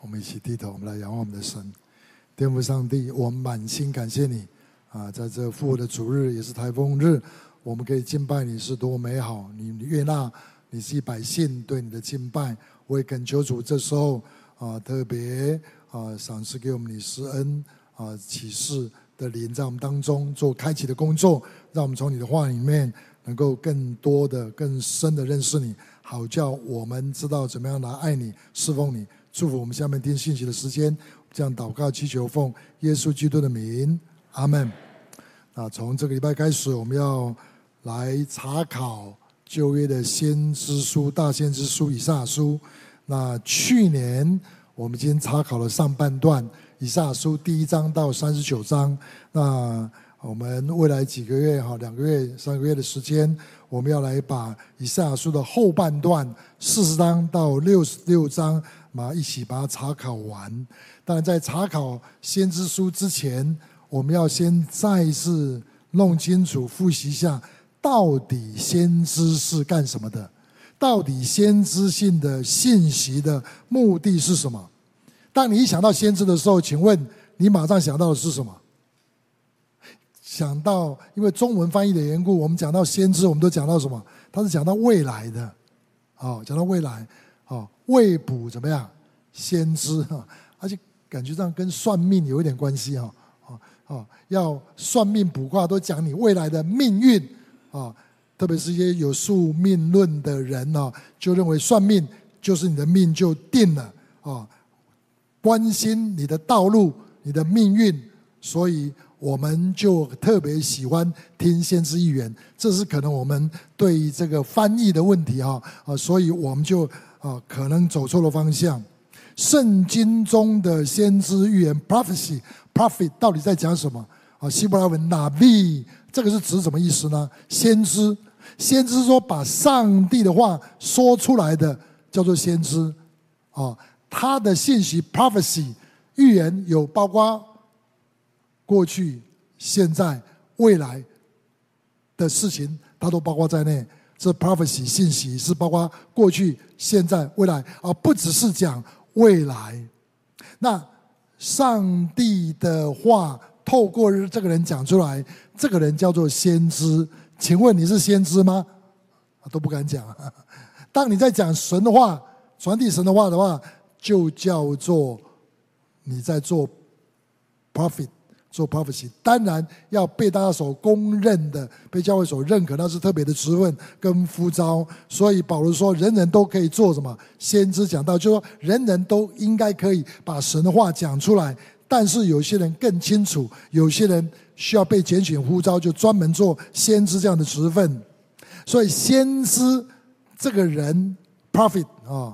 我们一起低头，我们来仰望我们的神。天父上帝，我们满心感谢你在这复活的主日，也是台风日，我们可以敬拜你是多美好。你悦纳你自己百姓对你的敬拜，我也恳求主这时候特别赏赐给我们你施恩启示的灵在我们当中做开启的工作，让我们从你的话里面能够更多的更深的认识你，好叫我们知道怎么样来爱你侍奉你。祝福我们下面听信息的时间，这样祷告祈求奉耶稣基督的名，阿们。从这个礼拜开始，我们要来查考旧约的先知书，大先知书以赛亚书。那去年我们已经查考了上半段，以赛亚书第1章到39章。那我们未来几个月2个月3个月的时间，我们要来把以赛亚书的后半段40章到66章一起把它查考完。当然在查考先知书之前，我们要先再一次弄清楚复习一下，到底先知是干什么的，到底先知性的信息的目的是什么。当你一想到先知的时候，请问你马上想到的是什么？想到，因为中文翻译的缘故，我们讲到先知，我们都讲到什么？他是讲到未来的，讲到未来，未卜怎么样？先知而且感觉上跟算命有一点关系要算命卜卦都讲你未来的命运特别是一些有宿命论的人就认为算命就是你的命就定了关心你的道路、你的命运，所以我们就特别喜欢听先知预言。这是可能我们对于这个翻译的问题所以我们就可能走错了方向。圣经中的先知预言 prophet 到底在讲什么希伯来文 navi 这个是指什么意思呢？先知说把上帝的话说出来的叫做先知他的信息 prophecy 预言有包括过去、现在、未来的事情，它都包括在内。这 prophecy 信息是包括过去、现在、未来不只是讲未来。那上帝的话透过这个人讲出来，这个人叫做先知。请问你是先知吗？都不敢讲。当你在讲神的话、传递神的话的话，就叫做你在做 prophet。做 prophecy， 当然要被大家所公认的，被教会所认可，那是特别的职分跟呼召。所以保罗说，人人都可以做什么？先知讲道，就是说人人都应该可以把神的话讲出来。但是有些人更清楚，有些人需要被拣选呼召，就专门做先知这样的职分。所以先知这个人 prophet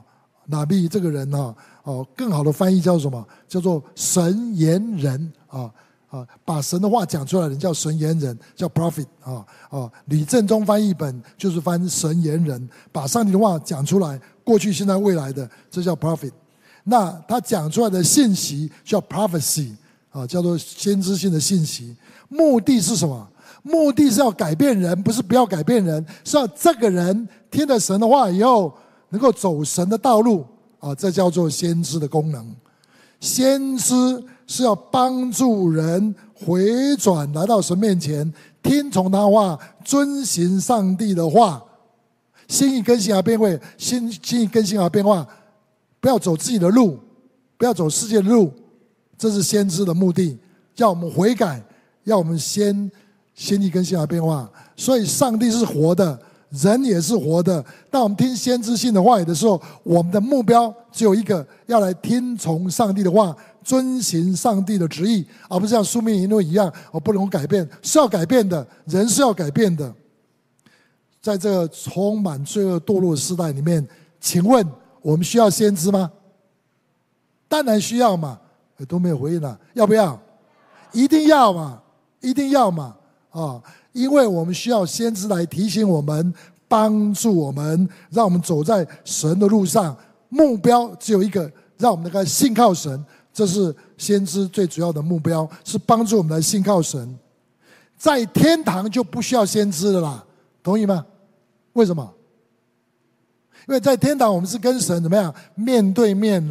nabi 这个人更好的翻译叫什么？叫做神言人把神的话讲出来的人叫神言人，叫 prophet 吕正中翻译本就是翻神言人，把上帝的话讲出来，过去、现在、未来的，这叫 prophet。那他讲出来的信息叫 prophecy 叫做先知性的信息。目的是什么？目的是要改变人，不是不要改变人，是要这个人听了神的话以后能够走神的道路这叫做先知的功能。先知是要帮助人回转来到神面前，听从他话，遵行上帝的话，心意更新而变化，心意更新而变化，不要走自己的路，不要走世界的路，这是先知的目的，要我们悔改，要我们心意更新而变化。所以上帝是活的，人也是活的。当我们听先知性的话语的时候，我们的目标只有一个，要来听从上帝的话，遵行上帝的旨意，而不是像书面言论一样不能改变。是要改变的，人是要改变的。在这个充满罪恶堕落的时代里面，请问我们需要先知吗？当然需要嘛，都没有回应了。要不要？一定要嘛，一定要嘛因为我们需要先知来提醒我们，帮助我们，让我们走在神的路上。目标只有一个，让我们能够信靠神，这是先知最主要的目标，是帮助我们来信靠神。在天堂就不需要先知了啦，同意吗？为什么？因为在天堂我们是跟神怎么样面对面了，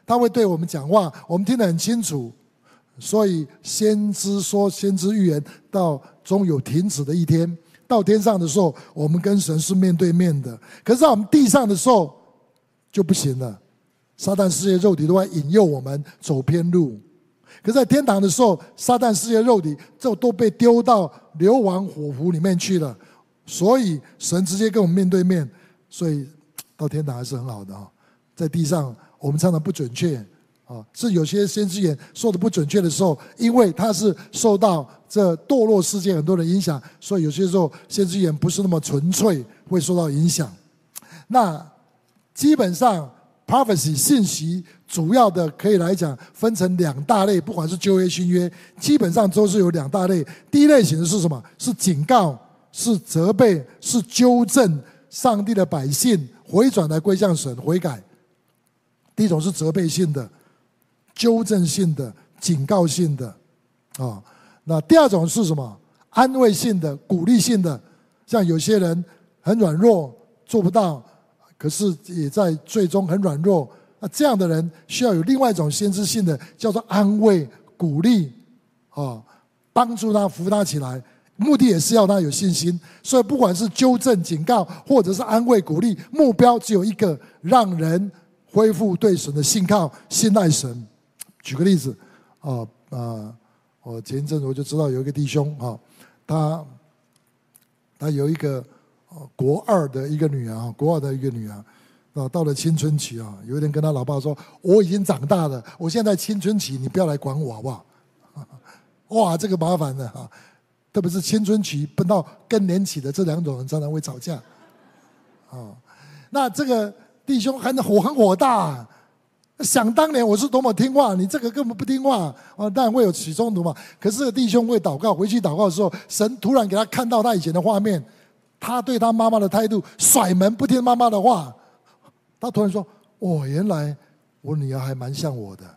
他会对我们讲话，我们听得很清楚。所以先知说，先知预言到终有停止的一天。到天上的时候，我们跟神是面对面的。可是在我们地上的时候就不行了，撒旦世界肉体都会引诱我们走偏路。可是在天堂的时候，撒旦世界肉体就都被丢到硫磺火湖里面去了。所以神直接跟我们面对面，所以到天堂还是很好的。在地上我们常常不准确，是有些先知言说的不准确的时候，因为他是受到这堕落世界很多人影响，所以有些时候先知言不是那么纯粹，会受到影响。那基本上 prophecy 信息主要的可以来讲分成2大类，不管是旧约新约，基本上都是有2大类。第一类型的是什么？是警告，是责备，是纠正上帝的百姓回转来归向神悔改。第一种是责备性的、纠正性的、警告性的。那第二种是什么？安慰性的、鼓励性的。像有些人很软弱，做不到，可是也在最终很软弱。那这样的人需要有另外一种先知性的，叫做安慰、鼓励，帮助他、扶他起来。目的也是要他有信心。所以不管是纠正、警告，或者是安慰、鼓励，目标只有一个，让人恢复对神的信靠、信赖神。举个例子，我前一阵子我就知道有一个弟兄，他有一个国2的一个女儿，国2的一个女儿，到了青春期有一天跟他老爸说：“我已经长大了，我现在青春期，你不要来管我好不好？”哇，这个麻烦了特别是青春期奔到更年期的这2种人常常会吵架。那这个弟兄很火大，想当年我是多么听话，你这个根本不听话当然会有起冲突嘛。可是弟兄会祷告，回去祷告的时候，神突然给他看到他以前的画面，他对他妈妈的态度，甩门不听妈妈的话。他突然说：“原来我女儿还蛮像我的。”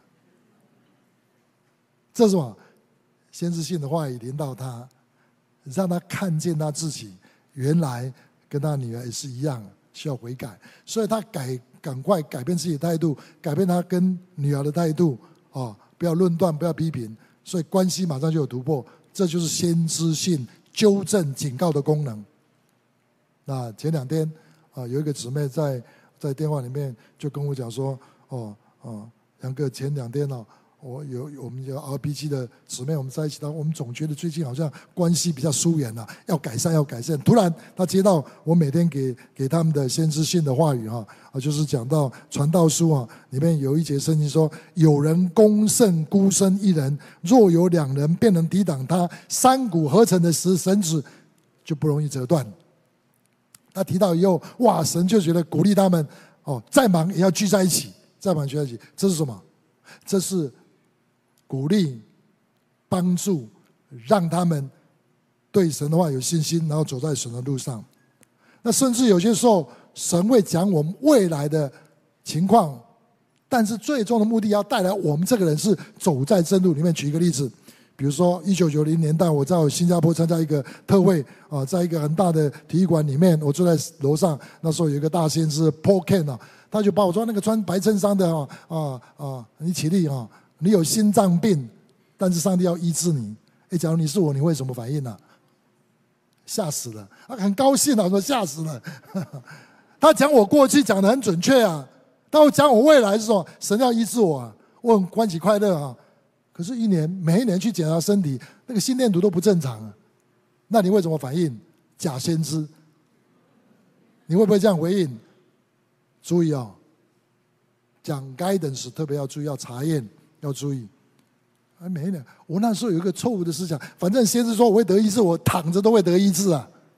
这是什么？先知性的话语临到他，让他看见他自己原来跟他女儿也是一样，需要悔改。所以他赶快改变自己的态度，改变他跟女儿的态度不要论断，不要批评，所以关系马上就有突破。这就是先知性纠正、警告的功能。那前2天有一个姊妹在电话里面就跟我讲说：“杨哥，前2天我们有 RPG 的姊妹，我们在一起，我们总觉得最近好像关系比较疏远了，要改善。突然他接到我每天给他们的先知性的话语就是讲到传道书里面有一节圣经说：有人攻胜孤身一人，若有2人便能抵挡他，3股合成的绳子就不容易折断。”他提到以后，哇，神就觉得鼓励他们再忙也要聚在一起，再忙聚在一起。这是什么？这是鼓励、帮助，让他们对神的话有信心，然后走在神的路上。那甚至有些时候，神会讲我们未来的情况，但是最终的目的要带来我们这个人是走在正路里面。举一个例子，比如说1990年代，我在新加坡参加一个特会在一个很大的体育馆里面，我坐在楼上，那时候有一个大先知 Paul Ken 他就把我说：“那个穿白衬衫的你起立你有心脏病，但是上帝要医治你。假如你是我，你会什么反应呢？”吓死了，很高兴说吓死了。他讲我过去讲得很准确但我讲我未来是说神要医治我我很欢喜快乐可是每一年去检查身体，那个心电图都不正常那你会怎么反应？假先知，你会不会这样回应？注意讲 guidance 特别要注意，要查验，要注意。每一年，我那时候有一个错误的思想，反正先知说我会得医治，我躺着都会得医治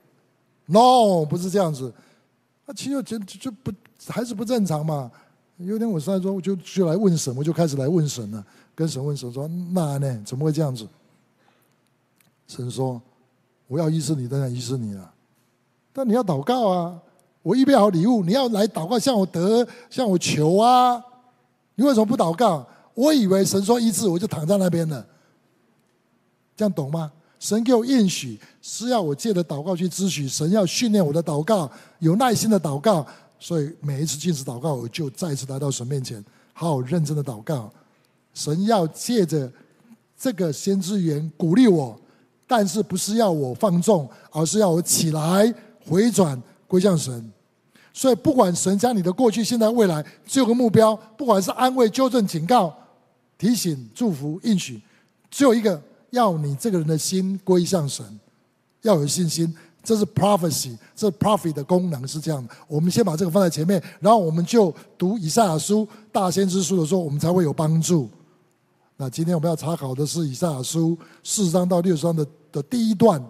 No， 不是这样子。其实就不还是不正常嘛。有一天我实在说，我就来问神，我就开始来问神了，跟神问神说：“那呢？怎么会这样子？”神说：“我要医治你，当然医治你了，但你要祷告我预备好礼物，你要来祷告，向我求你为什么不祷告？”我以为神说医治，我就躺在那边了，这样懂吗？神给我应许是要我借着祷告去支取，神要训练我的祷告，有耐心的祷告，所以每一次禁食祷告，我就再一次来到神面前， 好好认真的祷告。神要借着这个先知预言鼓励我，但是不是要我放纵，而是要我起来回转归向神。所以不管神将你的过去、现在、未来只有个目标，不管是安慰、纠正、警告、提醒、祝福、应许，只有一个，要你这个人的心归向神，要有信心。这是 prophecy， 这 prophet 的功能是这样的。我们先把这个放在前面，然后我们就读以赛亚书、大先知书的时候，我们才会有帮助。那今天我们要查考的是以赛亚书4章到6章的第一段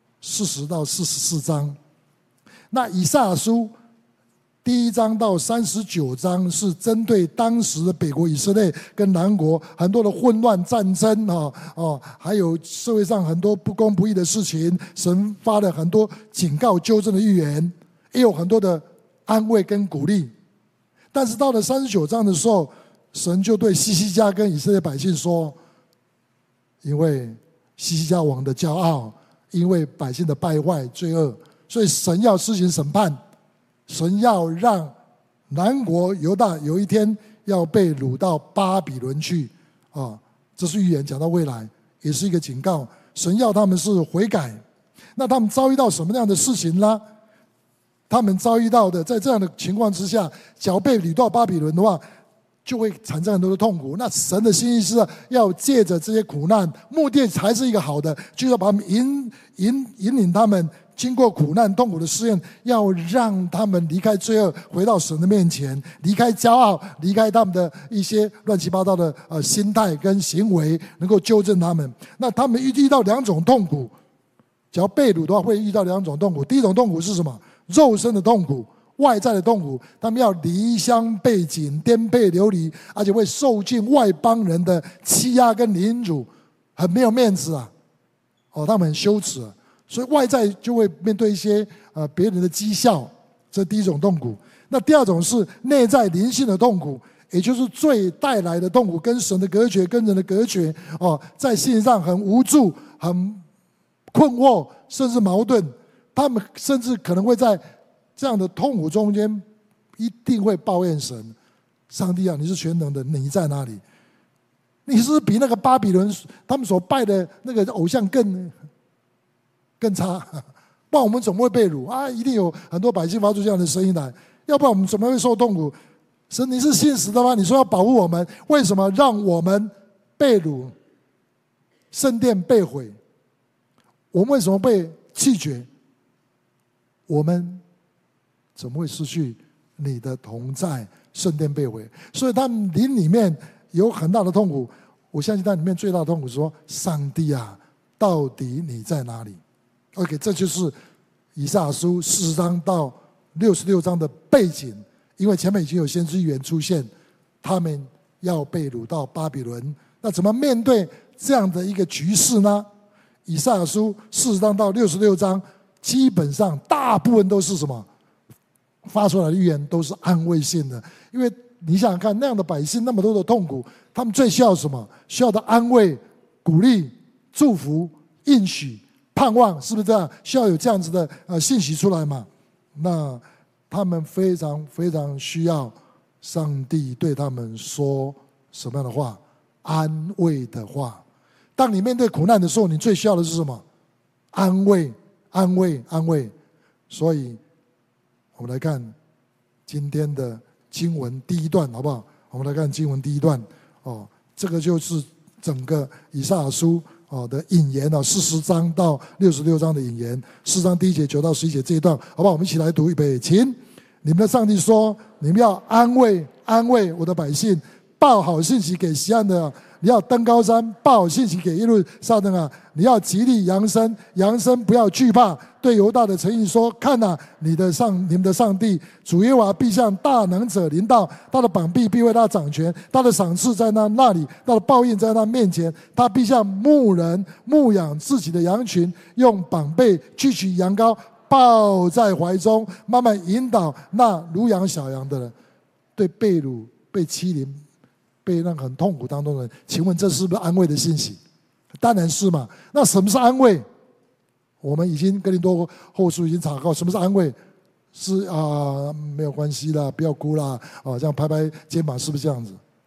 ，40到44章。那以赛亚书第1章到39章是针对当时的北国以色列跟南国很多的混乱战争还有社会上很多不公不义的事情，神发了很多警告纠正的预言，也有很多的安慰跟鼓励。但是到了39章的时候，神就对西西家跟以色列百姓说，因为西西家王的骄傲，因为百姓的败坏罪恶，所以神要施行审判，神要让南国犹大有一天要被掳到巴比伦去这是预言，讲到未来，也是一个警告。神要他们是悔改。那他们遭遇到什么样的事情呢？他们遭遇到的，在这样的情况之下，只要被领到巴比伦的话，就会产生很多的痛苦。那神的心意是要借着这些苦难，目的还是一个好的，就是要把他们引领他们经过苦难痛苦的试验，要让他们离开罪恶，回到神的面前，离开骄傲，离开他们的一些乱七八糟的心态跟行为，能够纠正他们。那他们遇到两种痛苦，只要被掳的话会遇到两种痛苦。第一种痛苦是什么？肉身的痛苦，外在的痛苦，他们要离乡背井，颠沛流离，而且会受尽外邦人的欺压跟凌辱，很没有面子他们很羞耻所以外在就会面对一些别人的讥笑，这是第一种痛苦。那第二种是内在灵性的痛苦，也就是罪带来的痛苦，跟神的隔绝，跟人的隔绝在心上很无助，很困惑，甚至矛盾。他们甚至可能会在这样的痛苦中间，一定会抱怨神：上帝啊，你是全能的，你在哪里？你是不是比那个巴比伦他们所拜的那个偶像更差？不然我们怎么会被掳一定有很多百姓发出这样的声音来，要不然我们怎么会受痛苦？神，你是信实的吗？你说要保护我们，为什么让我们被掳？圣殿被毁，我们为什么被弃绝？我们怎么会失去你的同在？圣殿被毁，所以他们灵里面有很大的痛苦。我相信他里面最大的痛苦是说：上帝啊，到底你在哪里？ OK， 这就是以赛亚书40章到66章的背景。因为前面已经有先知预言出现，他们要被掳到巴比伦，那怎么面对这样的一个局势呢？以赛亚书40章到66章，基本上大部分都是什么？发出来的预言都是安慰性的。因为你想想看，那样的百姓那么多的痛苦，他们最需要什么？需要的安慰、鼓励、祝福、应许、盼望，是不是这样？需要有这样子的信息出来嘛？那他们非常非常需要上帝对他们说什么样的话？安慰的话。当你面对苦难的时候，你最需要的是什么？安慰，安慰，安慰。所以我们来看今天的经文第一段，好不好？我们来看经文第一段这个就是整个以赛亚书的引言40章到66章的引言，4章第1节9到11节这一段，好不好？我们一起来读，预备，请。你们的上帝说：你们要安慰安慰我的百姓，报好信息给西安的，你要登高山，报好信息给耶路撒冷啊！你要极力扬声，扬声不要惧怕。对犹大的城邑说：看哪，你们的上帝主耶和华必向大能者临到，他的膀臂必为他掌权，他的赏赐在那里，他的报应在他面前。他必像牧人牧养自己的羊群，用膀臂汲取羊羔，抱在怀中，慢慢引导那乳养小羊的人。对被掳、被欺凌、被那个很痛苦当中的人，请问这是不是安慰的信息？当然是嘛。那什么是安慰？我们已经哥林多后书已经查过，什么是安慰？是没有关系啦，不要哭啦，这样拍拍肩膀，是不是这样子？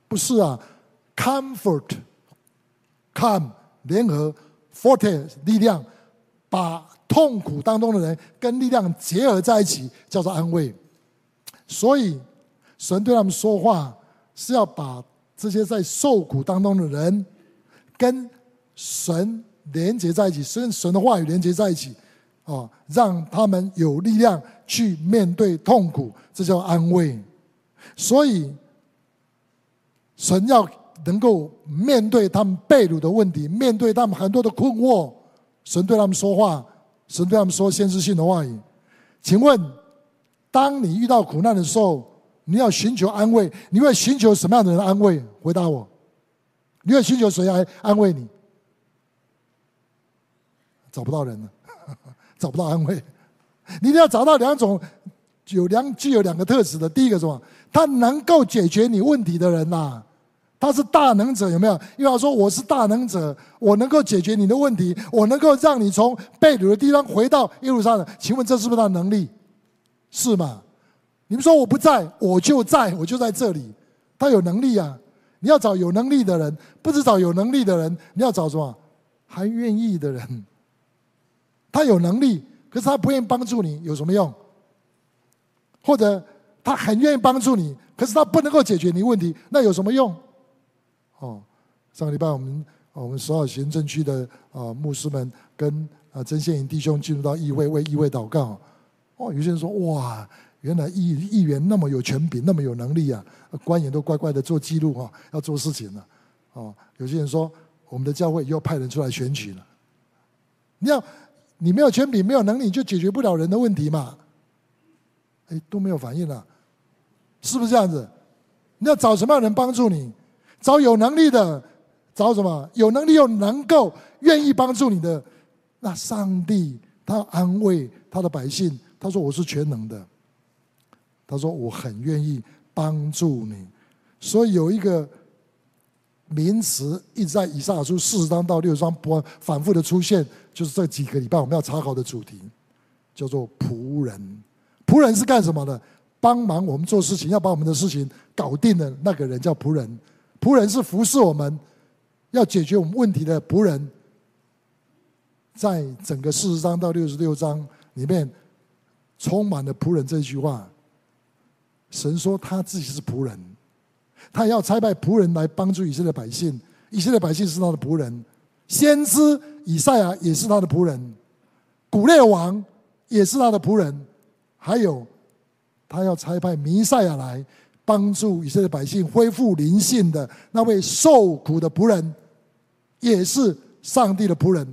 不是啊 ，comfort， come 联合 forte 力量，把痛苦当中的人跟力量结合在一起，叫做安慰。所以神对他们说话，是要把这些在受苦当中的人跟神连接在一起，跟神的话语连接在一起，让他们有力量去面对痛苦，这叫安慰。所以神要能够面对他们被掳的问题，面对他们很多的困惑，神对他们说话，神对他们说先知性的话语。请问，当你遇到苦难的时候，你要寻求安慰，你会寻求什么样的人安慰？回答我，你会寻求谁来安慰你？找不到人了，找不到安慰。你一定要找到两种具有两个特质的。第一个什么？他能够解决你问题的人呐，他是大能者，有没有？因为他说我是大能者，我能够解决你的问题，我能够让你从被掳的地方回到耶路撒冷。请问这是不是他的能力？是吗？你们说我不在，我就在，我就在这里。他有能力啊！你要找有能力的人，不是找有能力的人，你要找什么？还愿意的人。他有能力，可是他不愿意帮助你，有什么用？或者他很愿意帮助你，可是他不能够解决你问题，那有什么用？上个礼拜我们首尔行政区的牧师们跟曾宪营弟兄进入到议会，为议会祷告。有些人说哇，原来议员那么有权柄，那么有能力啊！官员都乖乖的做记录要做事情了。有些人说我们的教会又派人出来选举了。你没有权柄，没有能力，你就解决不了人的问题嘛？都没有反应了，是不是这样子？你要找什么样的人帮助你？找有能力的，找什么？有能力又能够愿意帮助你的。那上帝他安慰他的百姓，他说我是全能的，他说我很愿意帮助你。所以有一个名词一直在以赛亚书40章到60章反复的出现，就是这几个礼拜我们要查考的主题，叫做仆人。仆人是干什么的？帮忙我们做事情，要把我们的事情搞定的那个人叫仆人。仆人是服侍我们，要解决我们问题的仆人。在整个40章到66章里面，充满了仆人这一句话。神说他自己是仆人，他要差派仆人来帮助以色列百姓，以色列百姓是他的仆人，先知以赛亚也是他的仆人，古列王也是他的仆人，还有他要差派弥赛亚来帮助以色列百姓恢复灵性的那位受苦的仆人，也是上帝的仆人。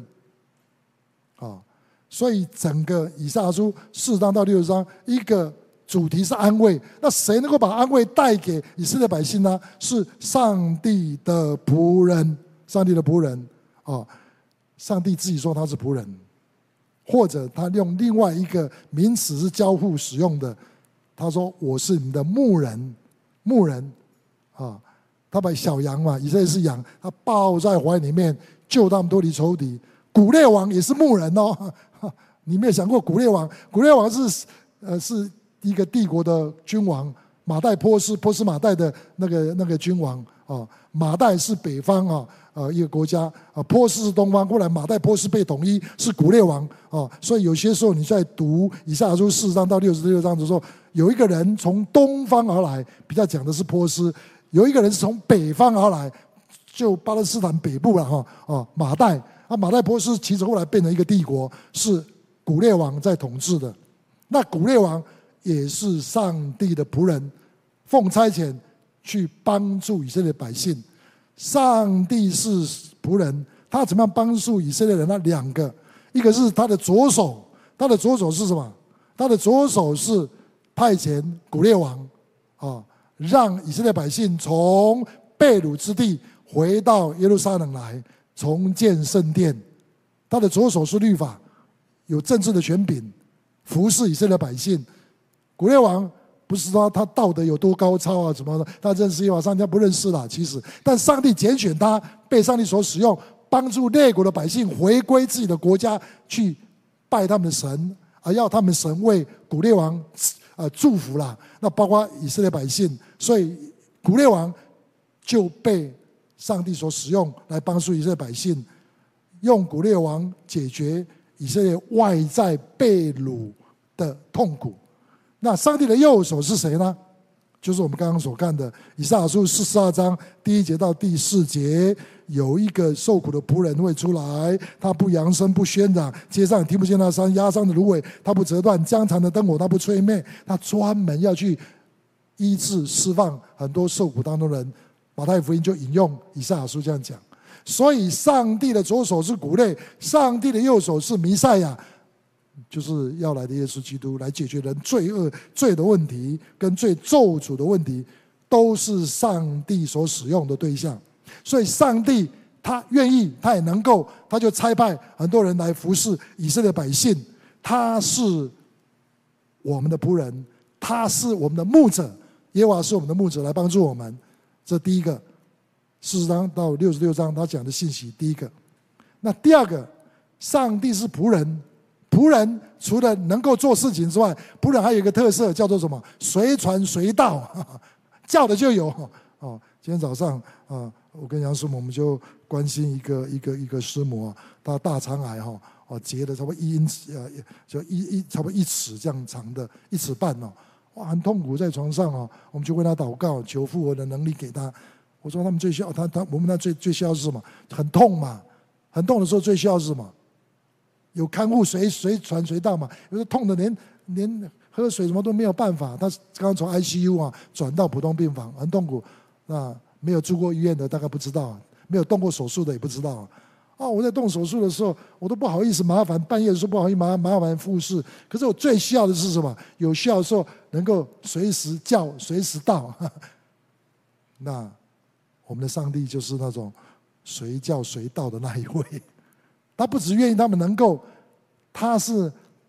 所以整个以赛亚书4章到60章，一个主题是安慰。那谁能够把安慰带给以色列百姓呢？是上帝的仆人，上帝的仆人。上帝自己说他是仆人，或者他用另外一个名词是交互使用的。他说我是你的牧人，牧人他把小羊嘛，以色列是羊，他抱在怀里面，救他们脱离仇敌。古列王也是牧人你没有想过古列王？古列王是一个帝国的君王，马代波斯马代的那个君王马代是北方一个国家波斯是东方，后来马代波斯被统一，是古列王所以有些时候你在读以赛亚书4章到66章的时候，有一个人从东方而来，比较讲的是波斯；有一个人是从北方而来，就巴勒斯坦北部了马代。马代波斯其实后来变成一个帝国，是古列王在统治的。那古列王也是上帝的仆人，奉差遣去帮助以色列百姓。上帝是仆人，他怎么样帮助以色列人呢？两个，一个是他的左手，他的左手是什么？他的左手是派遣古列王让以色列百姓从被掳之地回到耶路撒冷来，重建圣殿。他的左手是律法，有政治的权柄，服侍以色列百姓。古列王不是说他道德有多高超怎么的，他认识耶和华上帝，他不认识啦，其实。但上帝拣选他，被上帝所使用，帮助列国的百姓回归自己的国家，去拜他们的神，要他们神为古列王祝福啦。那包括以色列百姓，所以古列王就被上帝所使用来帮助以色列百姓，用古列王解决以色列外在被掳的痛苦。那上帝的右手是谁呢？就是我们刚刚所看的以赛亚书42章第1节到第4节，有一个受苦的仆人会出来，他不扬声不喧嚷，街上听不见他声，压伤的芦苇他不折断，将残的灯火他不吹灭，他专门要去医治释放很多受苦当中的人。马太福音就引用以赛亚书这样讲。所以上帝的左手是古列，上帝的右手是弥赛亚，就是要来的耶稣基督，来解决人罪的问题跟罪咒诅的问题，都是上帝所使用的对象。所以上帝他愿意，他也能够，他就差派很多人来服侍以色列百姓。他是我们的仆人，他是我们的牧者，耶和华是我们的牧者，来帮助我们。这第一个，40章到66章他讲的信息，第一个。那第二个，上帝是仆人。仆人除了能够做事情之外，仆人还有一个特色，叫做什么？随传随到，叫的就有。今天早上我跟杨师母我们就关心一个师母她大肠癌结了差不多1英尺，就差不多1尺这样长的，1尺半哇，很痛苦，在床上我们就为她祷告，求复活的能力给她。我说他们最需要，我们那最需要是什么？很痛嘛，很痛的时候最需要是什么？有看护随传随到嘛，有时痛的连喝水什么都没有办法。他刚刚从 ICU 转到普通病房，很痛苦。那没有住过医院的大概不知道，没有动过手术的也不知道。我在动手术的时候，我都不好意思麻烦，半夜的时候不好意思麻烦护士。可是我最需要的是什么？有需要的时候能够随时叫，随时到。那我们的上帝就是那种随叫随到的那一位。他不只愿意他们能够，他是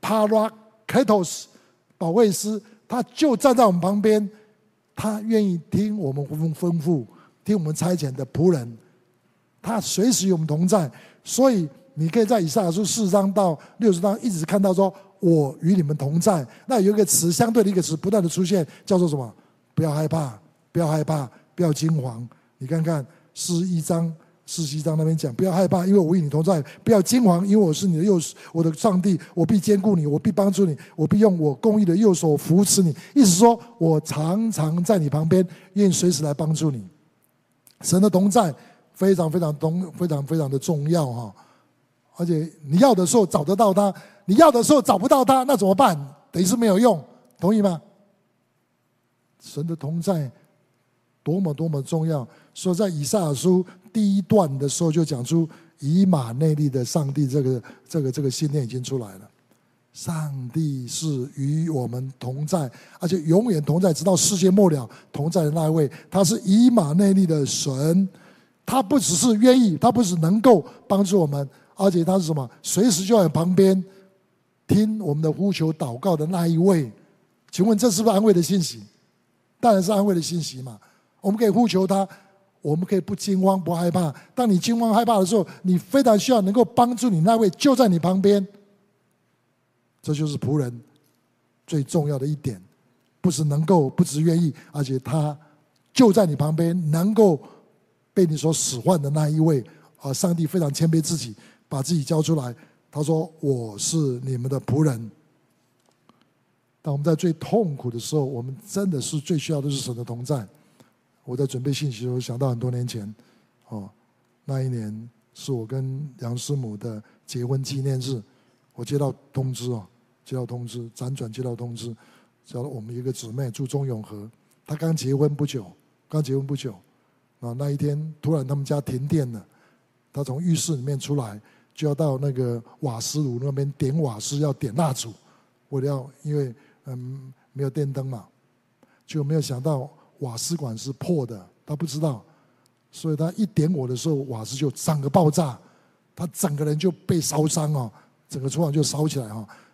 Parakletos 保惠师，他就站在我们旁边，他愿意听我们吩咐，听我们差遣的仆人，他随时与我们同在。所以你可以在以赛亚书4章到60章一直看到说，我与你们同在。那有一个词，相对的一个词不断的出现，叫做什么？不要害怕，不要害怕，不要惊惶。你看看41章那边讲，不要害怕，因为我与你同在；不要惊惶，因为我是你的我的上帝，我必坚固你，我必帮助你，我必用我公义的右手扶持你。意思说，我常常在你旁边，愿意随时来帮助你。神的同在非常非常的重要而且你要的时候找得到他，你要的时候找不到他，那怎么办？等于是没有用，同意吗？神的同在多么重要！所以在以赛亚书第1段的时候就讲出以马内利的上帝这个信念已经出来了。上帝是与我们同在，而且永远同在，直到世界末了同在的那一位。他是以马内利的神，他不只是愿意，他不只能够帮助我们，而且他是什么？随时就在旁边听我们的呼求祷告的那一位。请问这是不是安慰的信息？当然是安慰的信息嘛。我们可以呼求他，我们可以不惊慌不害怕。当你惊慌害怕的时候，你非常需要能够帮助你那位就在你旁边。这就是仆人最重要的一点，不是能够，不只愿意，而且他就在你旁边，能够被你所使唤的那一位。上帝非常谦卑自己，把自己交出来。他说：“我是你们的仆人。”当我们在最痛苦的时候，我们真的是最需要的是神的同在。我在准备信息的时候想到很多年前，那一年是我跟杨师母的结婚纪念日，我接到通知，辗转接到通知，叫我们一个姊妹住中永和，她刚结婚不久，那一天突然他们家停电了，她从浴室里面出来，就要到那个瓦斯炉那边点瓦斯，要点蜡烛，因为没有电灯嘛，就没有想到瓦斯管是破的，他不知道，所以他一点火的时候，瓦斯就整个爆炸，他整个人就被烧伤整个厨房就烧起来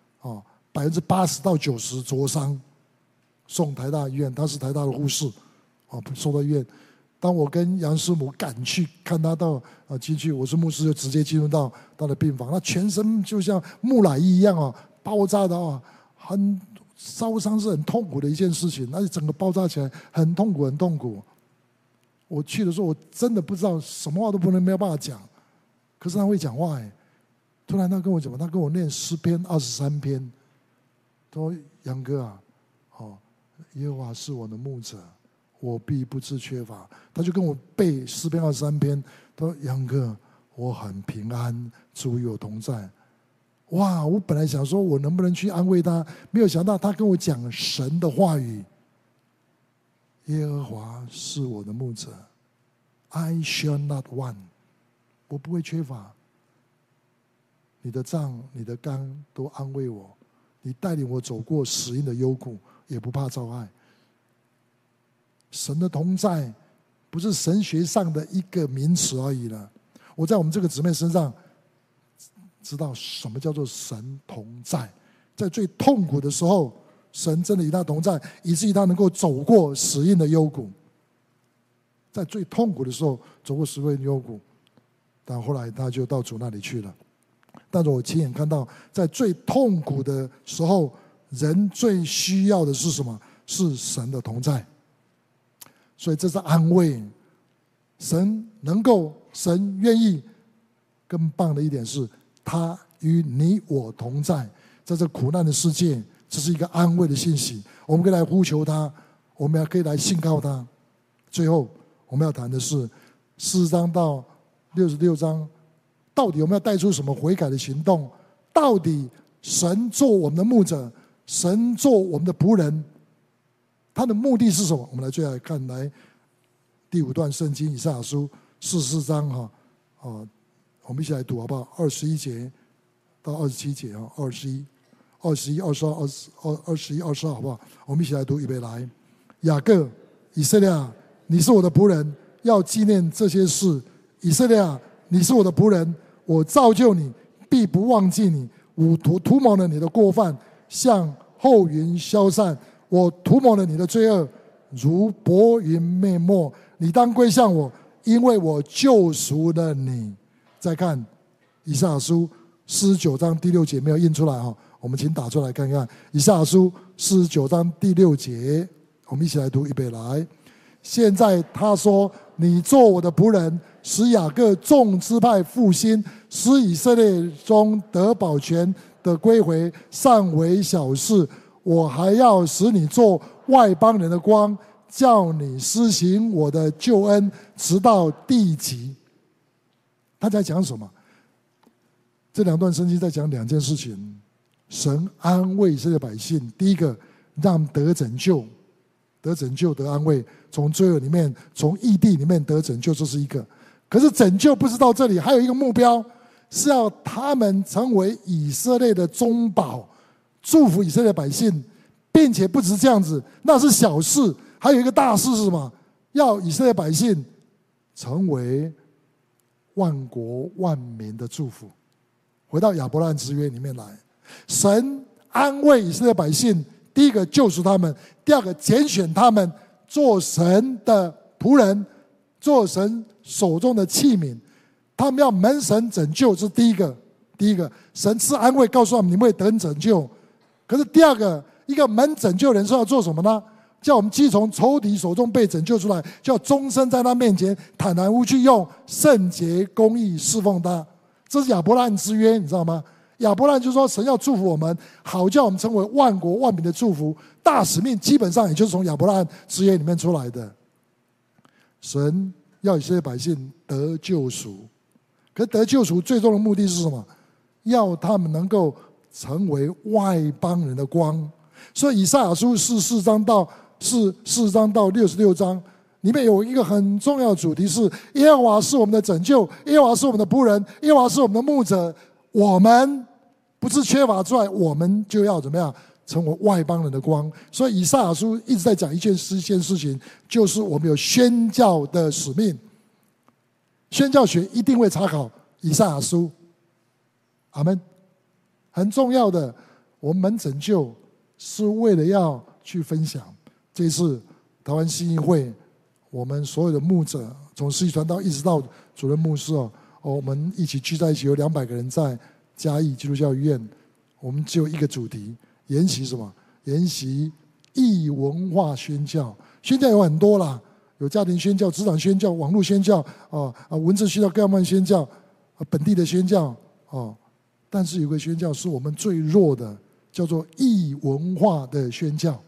80%到90%灼伤，送台大医院，他是台大的护士送到医院。当我跟杨师母赶去看他到进去，我是牧师，就直接进入到他的病房，他全身就像木乃伊一样爆炸的很烧伤是很痛苦的一件事情，而且整个爆炸起来很痛苦。 我去的时候，我真的不知道，什么话都没有办法讲。可是他会讲话哎。突然他跟我讲，他跟我念诗篇23篇，他说：“杨哥啊，耶和华是我的牧者，我必不致缺乏。”他就跟我背诗篇23篇，他说：“杨哥，我很平安，主与我同在。”哇！我本来想说，我能不能去安慰他，没有想到他跟我讲神的话语。耶和华是我的牧者 ，I shall not want， 我不会缺乏。你的杖、你的竿都安慰我，你带领我走过死荫的幽谷，也不怕遭害。神的同在，不是神学上的一个名词而已了。我在我们这个姊妹身上知道什么叫做神同在，在最痛苦的时候，神真的与他同在，以至于他能够走过死荫的幽谷。在最痛苦的时候走过死荫的幽谷，但后来他就到主那里去了。但是我亲眼看到，在最痛苦的时候，人最需要的是什么？是神的同在。所以这是安慰。神愿意。更棒的一点是，他与你我同在，在这苦难的世界，这是一个安慰的信息。我们可以来呼求他，我们也可以来信靠他。最后我们要谈的是4章到66章，到底我们要带出什么悔改的行动？到底神做我们的牧者，神做我们的仆人，他的目的是什么？我们来最后来看，来第5段圣经以赛亚书44章我们一起来读好不好？21节到27节21、22、21、22好不好？我们一起来读，预备来。雅各、以色列啊，你是我的仆人，要纪念这些事。以色列啊，你是我的仆人，我造就你，必不忘记你。我涂抹了你的过犯，像后云消散；我涂抹了你的罪恶，如薄云灭没。你当归向我，因为我救赎了你。再看以赛亚书49章第6节，没有印出来我们请打出来看看。以赛亚书49章第6节，我们一起来读，预备来。现在他说：“你做我的仆人，使雅各众支派复兴，使以色列中得保全的归回，尚为小事。我还要使你做外邦人的光，叫你施行我的救恩，直到地极。”他在讲什么？这2段圣经在讲2件事情。神安慰以色列百姓，第一个让得拯救，得安慰，从罪恶里面，从异地里面得拯救，这是一个。可是拯救不是到这里，还有一个目标，是要他们成为以色列的中保，祝福以色列百姓，并且不止这样子，那是小事，还有一个大事是什么？要以色列百姓成为万国万民的祝福。回到亚伯拉罕之约里面来，神安慰以色列百姓，第一个救赎他们，第二个拣选他们做神的仆人，做神手中的器皿。他们要蒙神拯救，这是第一个神赐安慰，告诉他们你们会得拯救。可是第二个，一个蒙拯救人是要做什么呢？叫我们既从仇敌手中被拯救出来，就要终身在他面前坦然无惧，用圣洁公义侍奉他。这是亚伯拉罕之约，你知道吗？亚伯拉罕就说神要祝福我们，好叫我们成为万国万民的祝福。大使命基本上也就是从亚伯拉罕之约里面出来的。神要以色列百姓得救赎，可是得救赎最终的目的是什么？要他们能够成为外邦人的光。所以以赛亚书4章到66章里面有一个很重要的主题，是耶和华是我们的拯救，耶和华是我们的仆人，耶和华是我们的牧者。我们不是缺乏之外，我们就要怎么样成为外邦人的光。所以以赛亚书一直在讲一件事情，就是我们有宣教的使命。宣教学一定会查考以赛亚书，阿们。很重要的，我们拯救是为了要去分享。这一次台湾信义会，我们所有的牧者，从世纪传道一直到主任牧师我们一起聚在一起，有200个人在嘉义基督教医院。我们只有一个主题，研习什么？研习异文化宣教。宣教有很多啦， 有家庭宣教、职场宣教、网络宣教文字宣教、各样的宣教本地的宣教但是有个宣教是我们最弱的，叫做异文化的宣教，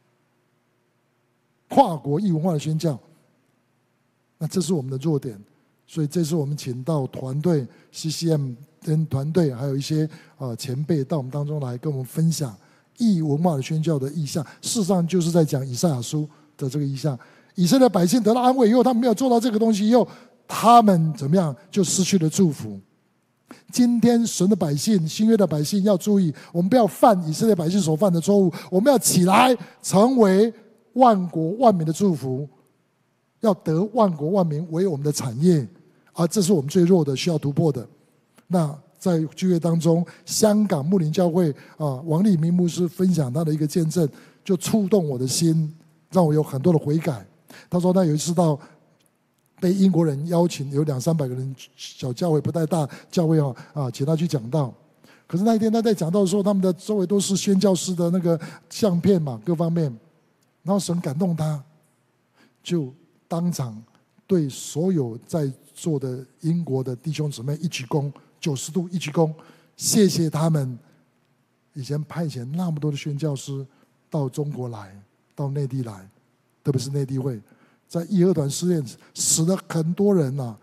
跨国异文化的宣教。那这是我们的弱点，所以这次我们请到团队 CCM 跟团队，还有一些前辈到我们当中来跟我们分享异文化的宣教的意象。事实上就是在讲以赛亚书的这个意象。以色列百姓得到安慰以后，他们没有做到这个东西以后，他们怎么样就失去了祝福。今天神的百姓，新约的百姓要注意，我们不要犯以色列百姓所犯的错误，我们要起来成为万国万民的祝福，要得万国万民为我们的产业，而这是我们最弱的，需要突破的。那在聚会当中，香港牧灵教会王立明牧师分享他的一个见证，就触动我的心，让我有很多的悔改。他说他有一次到被英国人邀请，有200-300个人，小教会不太大教会请他去讲道。可是那一天他在讲道的时候，他们的周围都是宣教师的那个相片嘛，各方面。然后神感动他，就当场对所有在座的英国的弟兄姊妹一鞠躬，90度一鞠躬，谢谢他们以前派遣那么多的宣教师到中国来，到内地来，特别是内地会。在义和团事件死了很多人呐，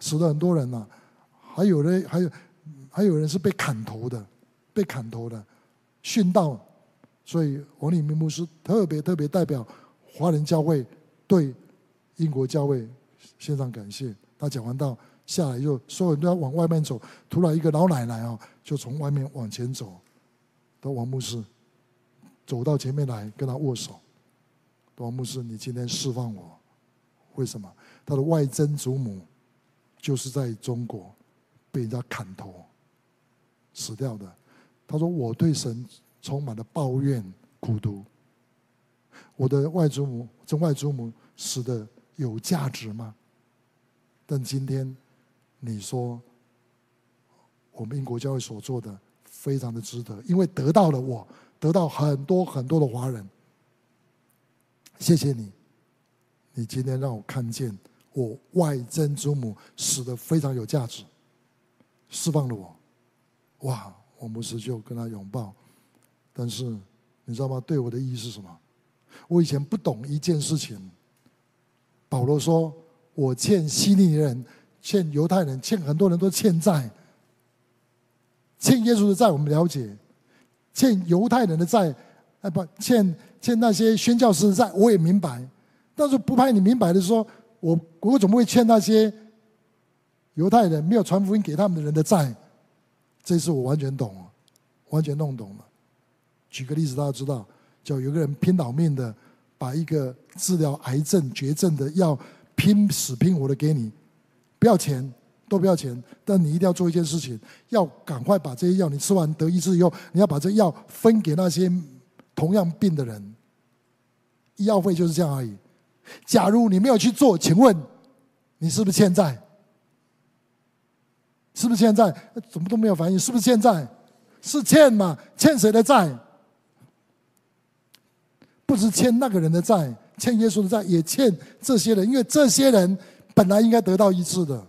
还有人是被砍头的，殉道。所以王立明牧师特别代表华人教会对英国教会献上感谢。他讲完道下来，就所有人都要往外面走，突然一个老奶奶就从外面往前走，到王牧师走到前面来跟他握手。王牧师，你今天释放我。为什么？他的外曾祖母就是在中国被人家砍头死掉的。他说我对神充满了抱怨苦毒，我的外祖母死的有价值吗？但今天你说我们英国教会所做的非常的值得，因为得到了我，得到很多很多的华人。谢谢你，你今天让我看见我外曾祖母死得非常有价值，释放了我。哇，我牧师就跟他拥抱。但是你知道吗？对我的意义是什么？我以前不懂一件事情。保罗说我欠希利尼人、欠犹太人、欠很多人都欠债，欠耶稣的债我们了解，欠犹太人的债欠那些宣教师的债我也明白。但是不派你明白的说，我怎么会欠那些犹太人没有传福音给他们的人的债？这次我完全懂了，完全弄懂了。举个例子，大家知道，叫有个人拼老命的把一个治疗癌症绝症的药拼死拼活的给你，不要钱，都不要钱，但你一定要做一件事情，要赶快把这些药你吃完得医治以后，你要把这药分给那些同样病的人。医药费就是这样而已。假如你没有去做，请问你是不是欠债？是不是欠债？怎么都没有反应？是不是欠债？是欠嘛？欠谁的债？不是欠那个人的债，欠耶稣的债，也欠这些人，因为这些人本来应该得到医治的。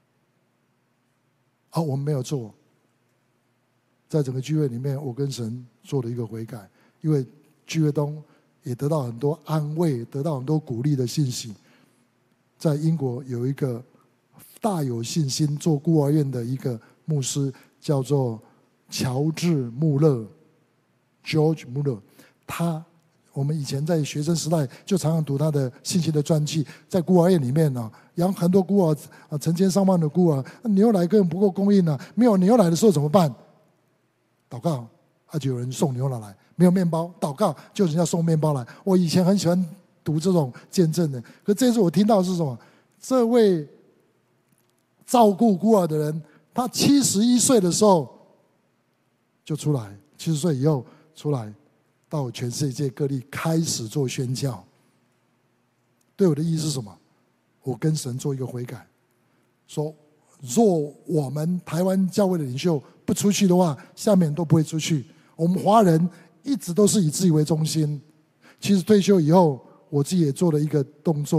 好，我们没有做。在整个聚会里面，我跟神做了一个悔改，因为聚会中也得到很多安慰，得到很多鼓励的信息。在英国有一个大有信心做孤儿院的一个牧师，叫做乔治·穆勒 （George Muller）。我们以前在学生时代就常常读他的信息的传记，在孤儿院里面养很多孤儿成千上万的孤儿，牛奶根本不够供应没有牛奶的时候怎么办？祷告，就有人送牛奶来；没有面包，祷告，就有人要送面包来。我以前很喜欢读这种见证的，可这次我听到的是什么？这位照顾孤儿的人，他71岁的时候就出来，70岁以后出来，到全世界各地开始做宣教。对我的意义是什么？我跟神做一个悔改，说若我们台湾教会的领袖不出去的话，下面都不会出去。我们华人一直都是以自己为中心。其实退休以后，我自己也做了一个动作，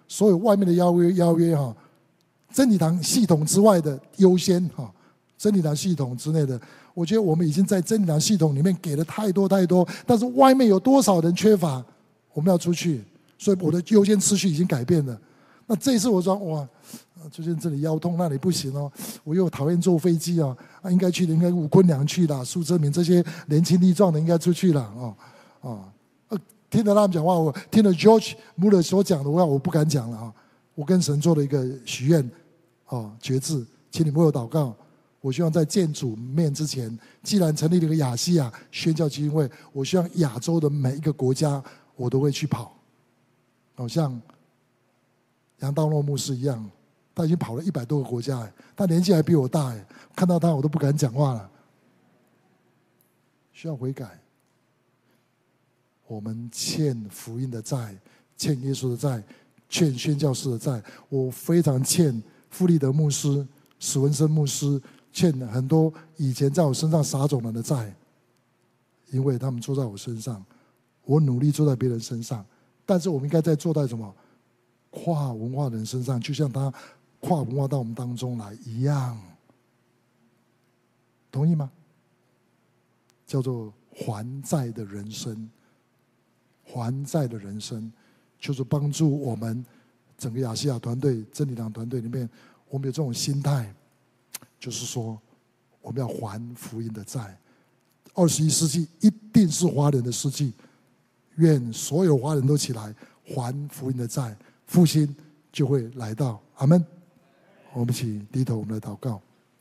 所有外面的邀约真理堂系统之外的优先真理堂系统之内的，我觉得我们已经在真理堂系统里面给了太多，但是外面有多少人缺乏，我们要出去，所以我的优先次序已经改变了。那这一次我说哇，最近这里腰痛，那里不行哦，我又讨厌坐飞机应该去的应该吴坤良去啦，苏哲明这些年轻力壮的应该出去了听了他们讲话，我听了 George Muller 所讲的话，我不敢讲了我跟神做了一个许愿决志，请你为我祷告。我希望在见主面之前，既然成立了一个亚细亚宣教基金会，我希望亚洲的每一个国家我都会去跑，像杨道诺牧师一样，他已经跑了100多个国家，他年纪还比我大，看到他我都不敢讲话了。需要悔改，我们欠福音的债，欠耶稣的债，欠宣教士的债。我非常欠傅立德牧师、史文生牧师，欠很多以前在我身上撒种人的债，因为他们坐在我身上，我努力坐在别人身上，但是我们应该在坐在什么跨文化的人身上，就像他跨文化到我们当中来一样，同意吗？叫做还债的人生，还债的人生，就是帮助我们整个亚细亚团队、真理堂团队里面，我们有这种心态，就是说我们要还福音的债。21世纪一定是华人的世纪，愿所有华人都起来还福音的债，复兴就会来到。阿们。我们一起低头，我们来祷告。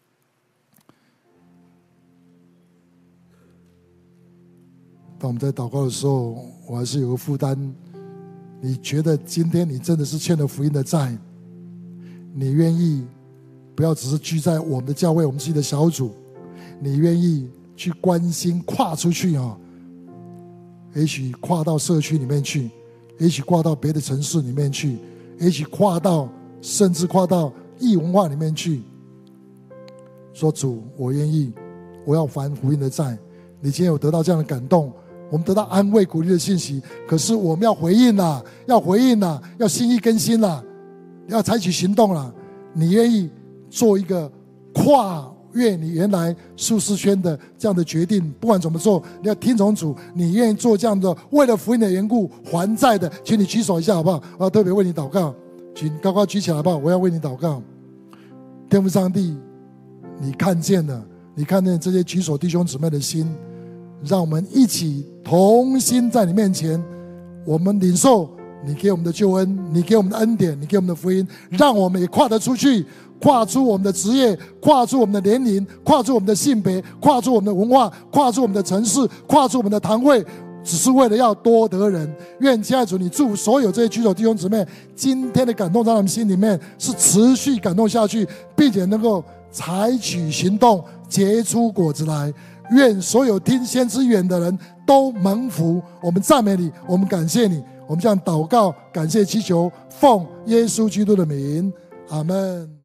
当我们在祷告的时候，我还是有个负担。你觉得今天你真的是欠了福音的债，你愿意不要只是聚在我们的教会、我们自己的小组，你愿意去关心跨出去也许跨到社区里面去，也许跨到别的城市里面去，也许甚至跨到异文化里面去，说主，我愿意，我要还福音的债。你今天有得到这样的感动，我们得到安慰鼓励的信息，可是我们要回应啦，要心意更新啦，要采取行动啦。你愿意做一个跨越你原来舒适圈的这样的决定，不管怎么做，你要听从主，你愿意做这样的为了福音的缘故还债的，请你举手一下好不好？我要特别为你祷告，请高高举起来好不好？我要为你祷告。天父上帝，你看见这些举手弟兄姊妹的心，让我们一起同心在你面前，我们领受你给我们的救恩，你给我们的恩典，你给我们的福音，让我们也跨得出去，跨出我们的职业，跨出我们的年龄，跨出我们的性别，跨出我们的文化，跨出我们的城市，跨出我们的堂会，只是为了要多得人。愿亲爱的主，你祝福所有这些举手弟兄姊妹，今天的感动在他们心里面是持续感动下去，并且能够采取行动，结出果子来。愿所有听先知远的人都蒙福。我们赞美你，我们感谢你，我们这样祷告，感谢祈求，奉耶稣基督的名，阿们。